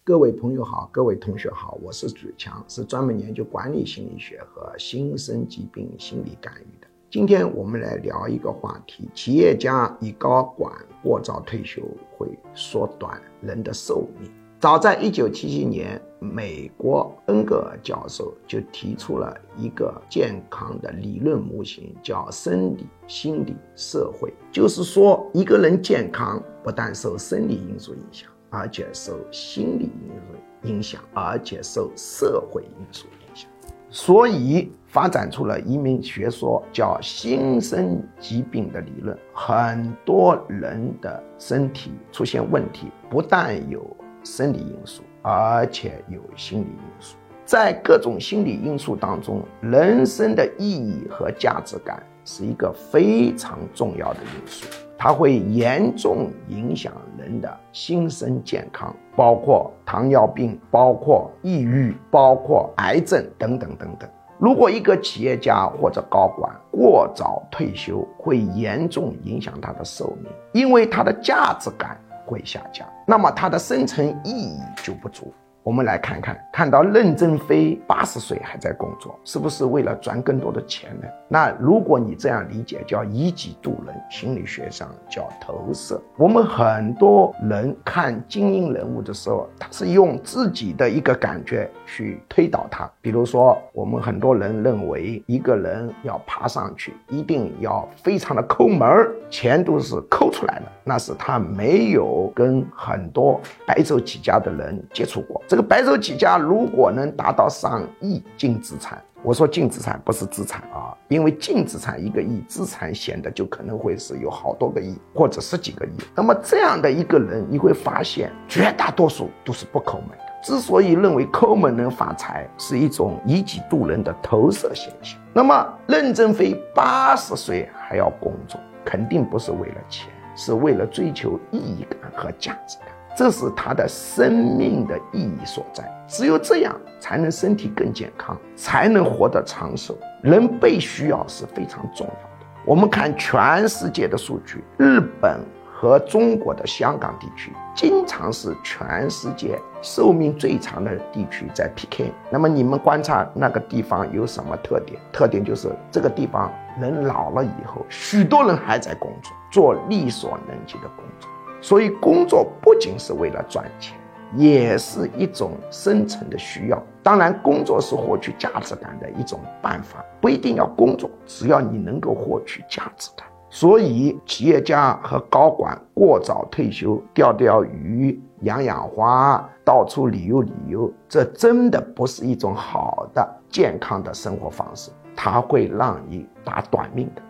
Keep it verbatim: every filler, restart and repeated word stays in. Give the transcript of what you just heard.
各位朋友好，各位同学好，我是祖强，是专门研究管理心理学和新生疾病心理干预的。今天我们来聊一个话题，企业家与高管过早退休会缩短人的寿命。早在一九七七年，美国恩格尔教授就提出了一个健康的理论模型，叫生理、心理、社会。就是说，一个人健康不但受生理因素影响，而且受心理因素影响，而且受社会因素影响。所以发展出了一门学说，叫新生疾病的理论。很多人的身体出现问题，不但有生理因素，而且有心理因素。在各种心理因素当中，人生的意义和价值感是一个非常重要的因素，它会严重影响人的心身健康，包括糖尿病，包括抑郁，包括癌症等等等等。如果一个企业家或者高管过早退休，会严重影响他的寿命，因为他的价值感会下降，那么他的生存意义就不足。我们来看看，看到任正非八十岁还在工作，是不是为了赚更多的钱呢？那如果你这样理解，叫以己度人，心理学上叫投射。我们很多人看精英人物的时候，他是用自己的一个感觉去推导他。比如说，我们很多人认为一个人要爬上去，一定要非常的抠门，钱都是抠出来的，那是他没有跟很多白手起家的人接触过。这个白手起家如果能达到上亿净资产，我说净资产不是资产啊，因为净资产一个亿，资产显得就可能会是有好多个亿或者十几个亿。那么这样的一个人，你会发现绝大多数都是不抠门的。之所以认为抠门能发财，是一种以己度人的投射现象。那么任正非八十岁还要工作，肯定不是为了钱，是为了追求意义感和价值感。这是他的生命的意义所在，只有这样才能身体更健康，才能活得长寿。人被需要是非常重要的。我们看全世界的数据，日本和中国的香港地区经常是全世界寿命最长的地区在 P K。 那么你们观察那个地方有什么特点？特点就是这个地方人老了以后，许多人还在工作，做力所能及的工作。所以工作不仅是为了赚钱，也是一种生存的需要。当然，工作是获取价值感的一种办法，不一定要工作，只要你能够获取价值感。所以企业家和高管过早退休，钓钓鱼，养养花，到处旅游旅游，这真的不是一种好的健康的生活方式，它会让你打短命的。